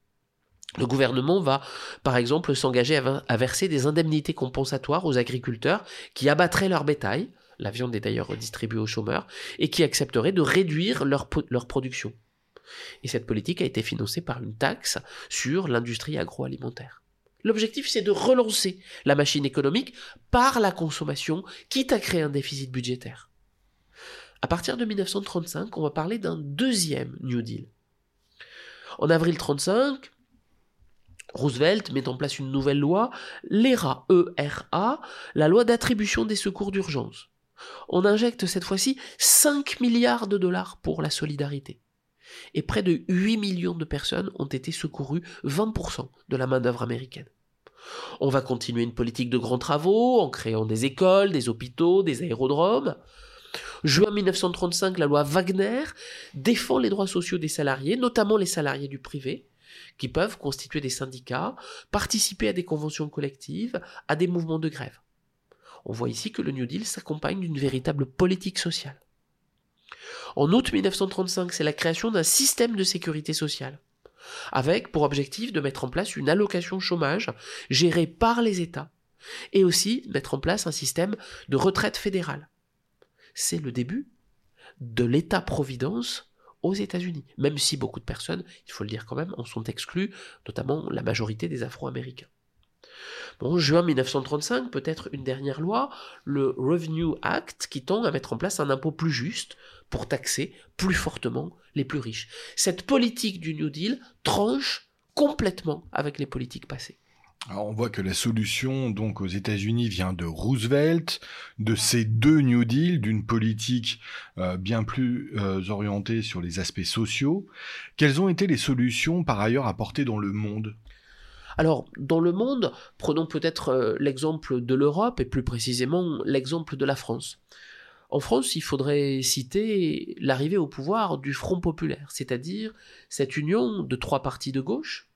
Le gouvernement va, par exemple, s'engager à verser des indemnités compensatoires aux agriculteurs qui abattraient leur bétail, la viande est d'ailleurs redistribuée aux chômeurs, et qui accepteraient de réduire leur production. Et cette politique a été financée par une taxe sur l'industrie agroalimentaire. L'objectif, c'est de relancer la machine économique par la consommation, quitte à créer un déficit budgétaire. À partir de 1935, on va parler d'un deuxième New Deal. En avril 1935, Roosevelt met en place une nouvelle loi, l'ERA, E-R-A, la loi d'attribution des secours d'urgence. On injecte cette fois-ci 5 milliards de dollars pour la solidarité. Et près de 8 millions de personnes ont été secourues, 20% de la main-d'œuvre américaine. On va continuer une politique de grands travaux en créant des écoles, des hôpitaux, des aérodromes. Juin 1935, la loi Wagner défend les droits sociaux des salariés, notamment les salariés du privé, qui peuvent constituer des syndicats, participer à des conventions collectives, à des mouvements de grève. On voit ici que le New Deal s'accompagne d'une véritable politique sociale. En août 1935, c'est la création d'un système de sécurité sociale, avec pour objectif de mettre en place une allocation chômage gérée par les États, et aussi mettre en place un système de retraite fédérale. C'est le début de l'État-providence aux États-Unis, même si beaucoup de personnes, il faut le dire quand même, en sont exclues, notamment la majorité des Afro-Américains. Bon, juin 1935, peut-être une dernière loi, le Revenue Act, qui tend à mettre en place un impôt plus juste pour taxer plus fortement les plus riches. Cette politique du New Deal tranche complètement avec les politiques passées. Alors on voit que la solution donc aux États-Unis vient de Roosevelt, de ces deux New Deal, d'une politique bien plus orientée sur les aspects sociaux. Quelles ont été les solutions par ailleurs apportées dans le monde ? Alors, dans le monde, prenons peut-être l'exemple de l'Europe et plus précisément l'exemple de la France. En France, il faudrait citer l'arrivée au pouvoir du Front populaire, c'est-à-dire cette union de trois partis de gauche,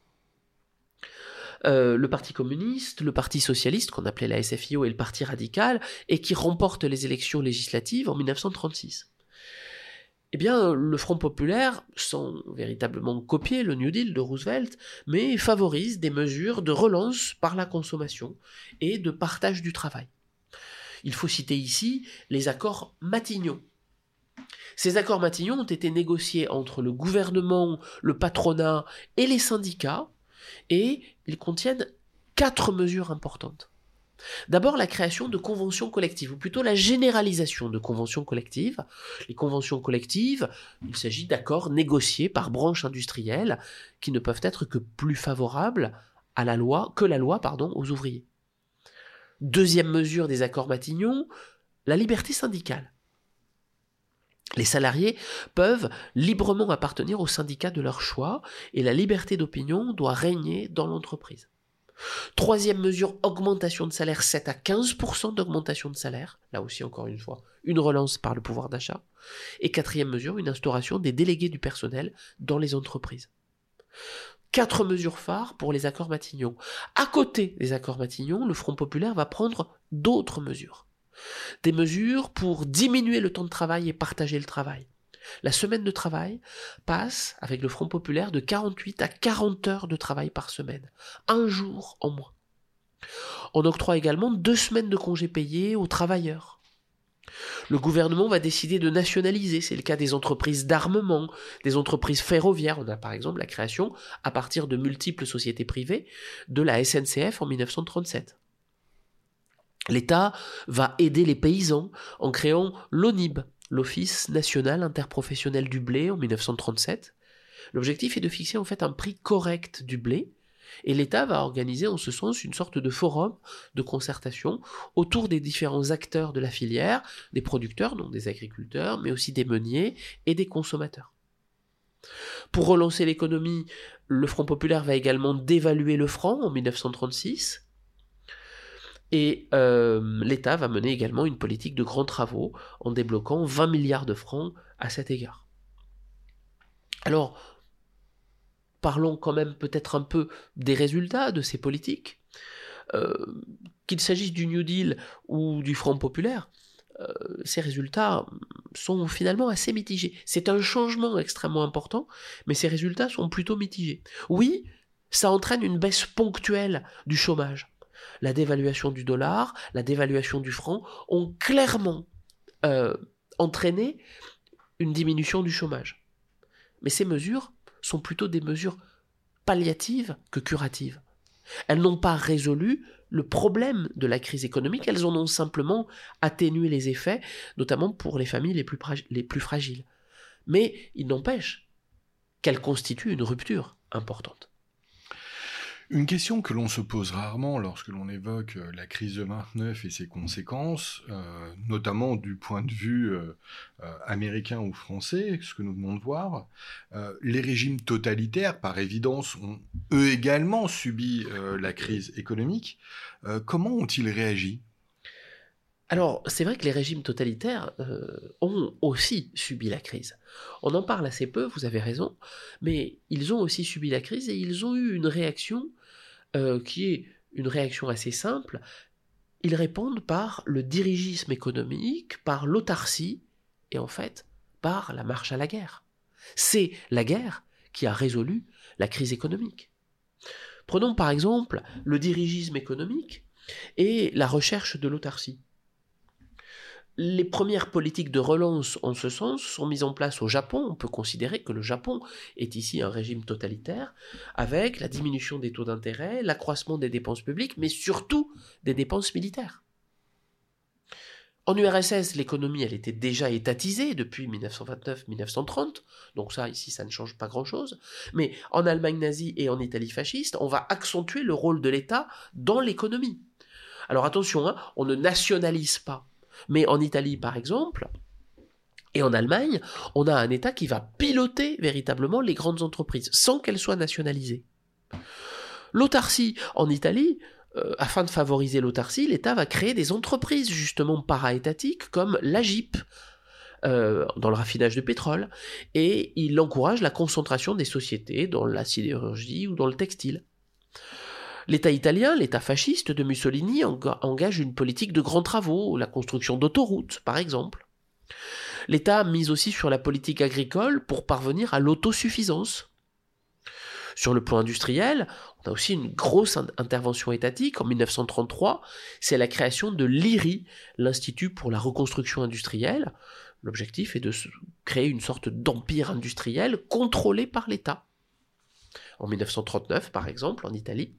le Parti communiste, le Parti socialiste, qu'on appelait la SFIO, et le Parti radical, et qui remporte les élections législatives en 1936. Eh bien, le Front populaire, sans véritablement copier le New Deal de Roosevelt, mais favorise des mesures de relance par la consommation et de partage du travail. Il faut citer ici les accords Matignon. Ces accords Matignon ont été négociés entre le gouvernement, le patronat et les syndicats, et ils contiennent 4 mesures importantes. D'abord, la création de conventions collectives, ou plutôt la généralisation de conventions collectives. Les conventions collectives, il s'agit d'accords négociés par branches industrielles qui ne peuvent être que plus favorables à la loi, aux ouvriers. Deuxième mesure des accords Matignon, la liberté syndicale. Les salariés peuvent librement appartenir au syndicat de leur choix et la liberté d'opinion doit régner dans l'entreprise. Troisième mesure, augmentation de salaire, 7 à 15% d'augmentation de salaire. Là aussi, encore une fois, une relance par le pouvoir d'achat. Et quatrième mesure, une instauration des délégués du personnel dans les entreprises. 4 mesures phares pour les accords Matignon. À côté des accords Matignon, le Front populaire va prendre d'autres mesures. Des mesures pour diminuer le temps de travail et partager le travail. La semaine de travail passe, avec le Front populaire, de 48 à 40 heures de travail par semaine. Un jour en moins. On octroie également 2 semaines de congés payés aux travailleurs. Le gouvernement va décider de nationaliser, c'est le cas des entreprises d'armement, des entreprises ferroviaires. On a par exemple la création, à partir de multiples sociétés privées, de la SNCF en 1937. L'État va aider les paysans en créant l'ONIB, l'Office national interprofessionnel du blé, en 1937. L'objectif est de fixer en fait un prix correct du blé, et l'État va organiser en ce sens une sorte de forum de concertation autour des différents acteurs de la filière, des producteurs, donc des agriculteurs, mais aussi des meuniers et des consommateurs. Pour relancer l'économie, le Front populaire va également dévaluer le franc en 1936, et l'État va mener également une politique de grands travaux en débloquant 20 milliards de francs à cet égard. Alors, parlons quand même peut-être un peu des résultats de ces politiques. Qu'il s'agisse du New Deal ou du Front populaire, ces résultats sont finalement assez mitigés. C'est un changement extrêmement important, mais ces résultats sont plutôt mitigés. Oui, ça entraîne une baisse ponctuelle du chômage. La dévaluation du dollar, la dévaluation du franc ont clairement entraîné une diminution du chômage. Mais ces mesures sont plutôt des mesures palliatives que curatives. Elles n'ont pas résolu le problème de la crise économique, elles en ont simplement atténué les effets, notamment pour les familles les plus fragiles. Mais il n'empêche qu'elles constituent une rupture importante. Une question que l'on se pose rarement lorsque l'on évoque la crise de 29 et ses conséquences, notamment du point de vue américain ou français, ce que nous venons de voir, les régimes totalitaires, par évidence, ont eux également subi la crise économique. Comment ont-ils réagi ? Alors, c'est vrai que les régimes totalitaires ont aussi subi la crise. On en parle assez peu, vous avez raison, mais ils ont aussi subi la crise et ils ont eu une réaction qui est une réaction assez simple. Ils répondent par le dirigisme économique, par l'autarcie et en fait par la marche à la guerre. C'est la guerre qui a résolu la crise économique. Prenons par exemple le dirigisme économique et la recherche de l'autarcie. Les premières politiques de relance en ce sens sont mises en place au Japon. On peut considérer que le Japon est ici un régime totalitaire, avec la diminution des taux d'intérêt, l'accroissement des dépenses publiques, mais surtout des dépenses militaires. En URSS, l'économie, elle était déjà étatisée depuis 1929-1930, donc ça, ici, ça ne change pas grand-chose. Mais en Allemagne nazie et en Italie fasciste, on va accentuer le rôle de l'État dans l'économie. Alors attention, on ne nationalise pas. Mais en Italie, par exemple, et en Allemagne, on a un État qui va piloter véritablement les grandes entreprises, sans qu'elles soient nationalisées. L'autarcie, en Italie, afin de favoriser l'autarcie, l'État va créer des entreprises justement para-étatiques, comme l'AGIP, dans le raffinage de pétrole, et il encourage la concentration des sociétés dans la sidérurgie ou dans le textile. L'État italien, l'État fasciste de Mussolini, engage une politique de grands travaux, la construction d'autoroutes, par exemple. L'État mise aussi sur la politique agricole pour parvenir à l'autosuffisance. Sur le plan industriel, on a aussi une grosse intervention étatique. En 1933, c'est la création de l'IRI, l'Institut pour la reconstruction industrielle. L'objectif est de créer une sorte d'empire industriel contrôlé par l'État. En 1939, par exemple, en Italie,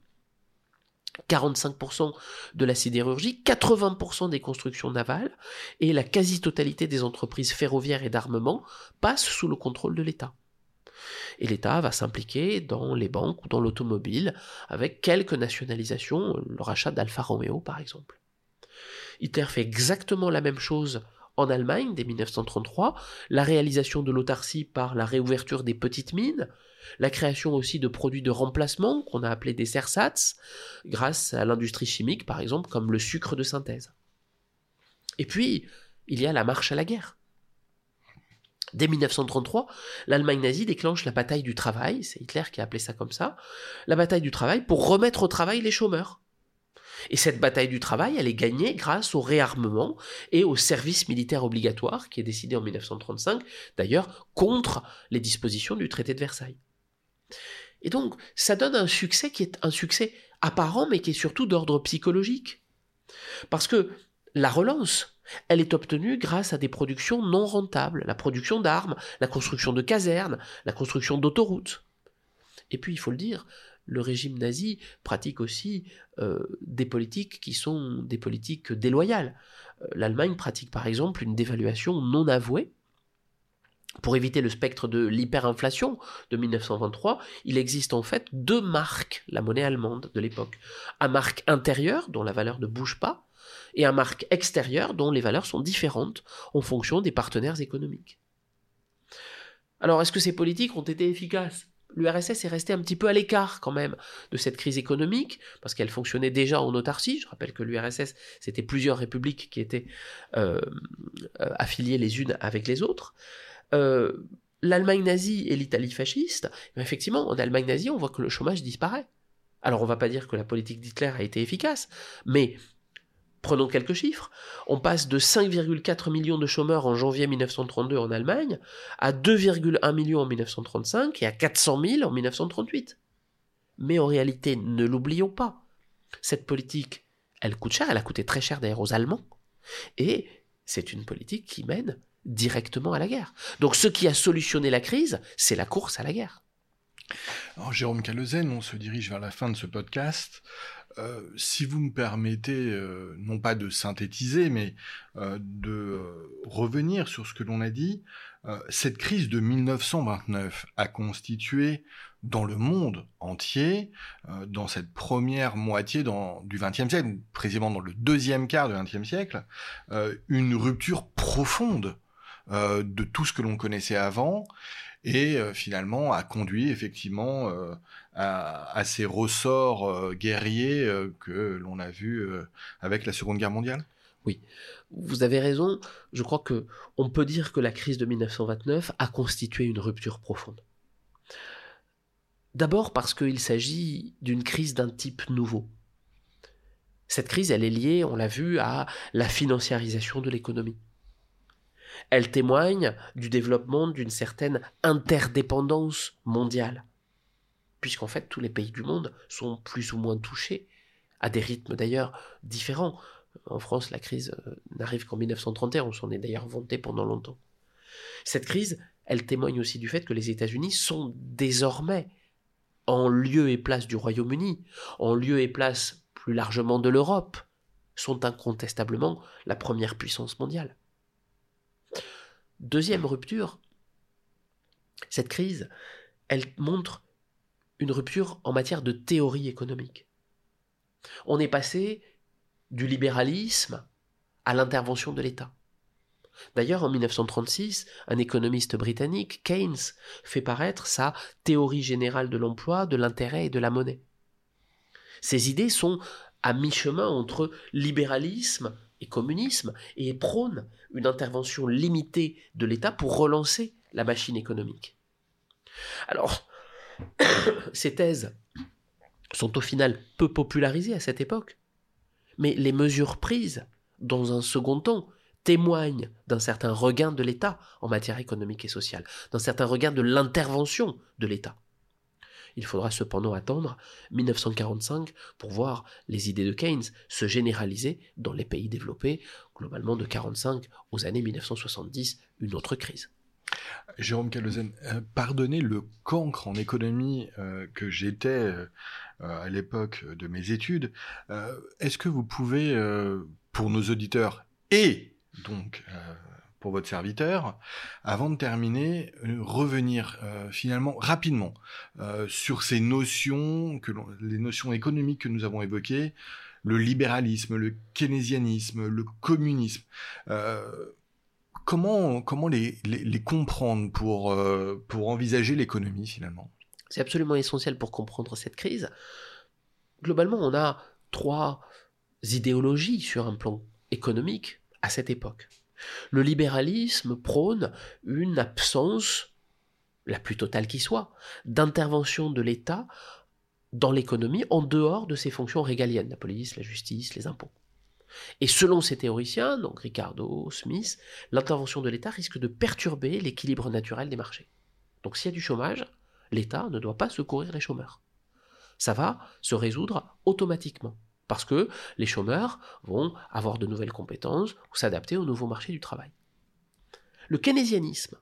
45% de la sidérurgie, 80% des constructions navales et la quasi-totalité des entreprises ferroviaires et d'armement passent sous le contrôle de l'État. Et l'État va s'impliquer dans les banques ou dans l'automobile avec quelques nationalisations, le rachat d'Alfa Romeo par exemple. Hitler fait exactement la même chose en Allemagne dès 1933, la réalisation de l'autarcie par la réouverture des petites mines, la création aussi de produits de remplacement qu'on a appelés des ersatz, grâce à l'industrie chimique par exemple, comme le sucre de synthèse. Et puis, il y a la marche à la guerre. Dès 1933, l'Allemagne nazie déclenche la bataille du travail, c'est Hitler qui a appelé ça comme ça, la bataille du travail pour remettre au travail les chômeurs. Et cette bataille du travail, elle est gagnée grâce au réarmement et au service militaire obligatoire qui est décidé en 1935, d'ailleurs contre les dispositions du traité de Versailles. Et donc, ça donne un succès qui est un succès apparent, mais qui est surtout d'ordre psychologique. Parce que la relance, elle est obtenue grâce à des productions non rentables, la production d'armes, la construction de casernes, la construction d'autoroutes. Et puis, il faut le dire, le régime nazi pratique aussi des politiques qui sont des politiques déloyales. L'Allemagne pratique par exemple une dévaluation non avouée. Pour éviter le spectre de l'hyperinflation de 1923, il existe en fait 2 marques, la monnaie allemande de l'époque. Un marque intérieure, dont la valeur ne bouge pas, et un marque extérieure, dont les valeurs sont différentes en fonction des partenaires économiques. Alors, est-ce que ces politiques ont été efficaces ? L'URSS est restée un petit peu à l'écart quand même de cette crise économique, parce qu'elle fonctionnait déjà en autarcie. Je rappelle que l'URSS, c'était plusieurs républiques qui étaient affiliées les unes avec les autres. L'Allemagne nazie et l'Italie fasciste, effectivement, en Allemagne nazie, on voit que le chômage disparaît. Alors, on ne va pas dire que la politique d'Hitler a été efficace, mais prenons quelques chiffres. On passe de 5,4 millions de chômeurs en janvier 1932 en Allemagne à 2,1 millions en 1935 et à 400 000 en 1938. Mais en réalité, ne l'oublions pas, cette politique, elle coûte cher, elle a coûté très cher d'ailleurs aux Allemands, et c'est une politique qui mène directement à la guerre. Donc ce qui a solutionné la crise, c'est la course à la guerre. Alors Jérôme Calleusen, on se dirige vers la fin de ce podcast. Si vous me permettez, non pas de synthétiser, mais de revenir sur ce que l'on a dit, cette crise de 1929 a constitué dans le monde entier, dans cette première moitié du XXe siècle, précisément dans le deuxième quart du XXe siècle, une rupture profonde de tout ce que l'on connaissait avant, et finalement a conduit effectivement à ces ressorts guerriers que l'on a vus avec la Seconde Guerre mondiale. Oui, vous avez raison. Je crois que on peut dire que la crise de 1929 a constitué une rupture profonde. D'abord parce qu'il s'agit d'une crise d'un type nouveau. Cette crise, elle est liée, on l'a vu, à la financiarisation de l'économie. Elle témoigne du développement d'une certaine interdépendance mondiale, puisqu'en fait tous les pays du monde sont plus ou moins touchés, à des rythmes d'ailleurs différents. En France, la crise n'arrive qu'en 1931, on s'en est d'ailleurs vanté pendant longtemps. Cette crise, elle témoigne aussi du fait que les États-Unis sont désormais en lieu et place du Royaume-Uni, en lieu et place plus largement de l'Europe, sont incontestablement la première puissance mondiale. Deuxième rupture, cette crise, elle montre une rupture en matière de théorie économique. On est passé du libéralisme à l'intervention de l'État. D'ailleurs, en 1936, un économiste britannique, Keynes, fait paraître sa théorie générale de l'emploi, de l'intérêt et de la monnaie. Ces idées sont à mi-chemin entre libéralisme et communisme et prônent une intervention limitée de l'État pour relancer la machine économique. Alors, ces thèses sont au final peu popularisées à cette époque, mais les mesures prises, dans un second temps, témoignent d'un certain regain de l'État en matière économique et sociale, d'un certain regain de l'intervention de l'État. Il faudra cependant attendre 1945 pour voir les idées de Keynes se généraliser dans les pays développés, globalement de 1945 aux années 1970, une autre crise. Jérôme Calleusen, pardonnez le cancre en économie que j'étais à l'époque de mes études. Est-ce que vous pouvez, pour nos auditeurs et donc pour votre serviteur, avant de terminer, revenir finalement rapidement sur ces notions, les notions économiques que nous avons évoquées, le libéralisme, le keynésianisme, le communisme. Comment les comprendre pour envisager l'économie finalement ? C'est absolument essentiel pour comprendre cette crise. Globalement, on a 3 idéologies sur un plan économique à cette époque. Le libéralisme prône une absence, la plus totale qui soit, d'intervention de l'État dans l'économie en dehors de ses fonctions régaliennes, la police, la justice, les impôts. Et selon ces théoriciens, donc Ricardo, Smith, l'intervention de l'État risque de perturber l'équilibre naturel des marchés. Donc s'il y a du chômage, l'État ne doit pas secourir les chômeurs. Ça va se résoudre automatiquement, parce que les chômeurs vont avoir de nouvelles compétences ou s'adapter au nouveau marché du travail. Le keynésianisme,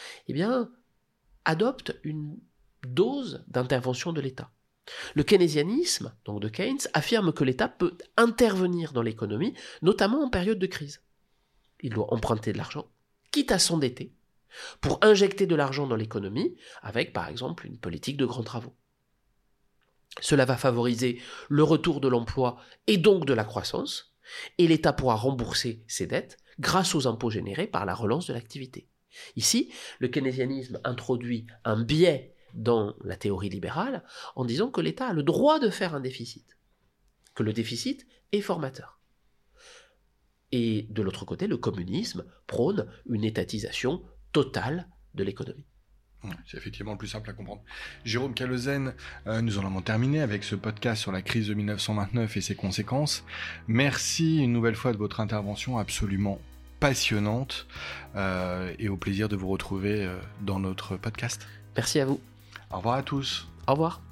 adopte une dose d'intervention de l'État. Le keynésianisme, donc de Keynes, affirme que l'État peut intervenir dans l'économie, notamment en période de crise. Il doit emprunter de l'argent, quitte à s'endetter, pour injecter de l'argent dans l'économie, avec par exemple une politique de grands travaux. Cela va favoriser le retour de l'emploi et donc de la croissance, et l'État pourra rembourser ses dettes grâce aux impôts générés par la relance de l'activité. Ici, le keynésianisme introduit un biais dans la théorie libérale en disant que l'État a le droit de faire un déficit, que le déficit est formateur. Et de l'autre côté, le communisme prône une étatisation totale de l'économie. C'est effectivement le plus simple à comprendre. Jérôme Calleusen, nous en avons terminé avec ce podcast sur la crise de 1929 et ses conséquences. Merci une nouvelle fois de votre intervention absolument passionnante et au plaisir de vous retrouver dans notre podcast. Merci à vous. Au revoir à tous. Au revoir.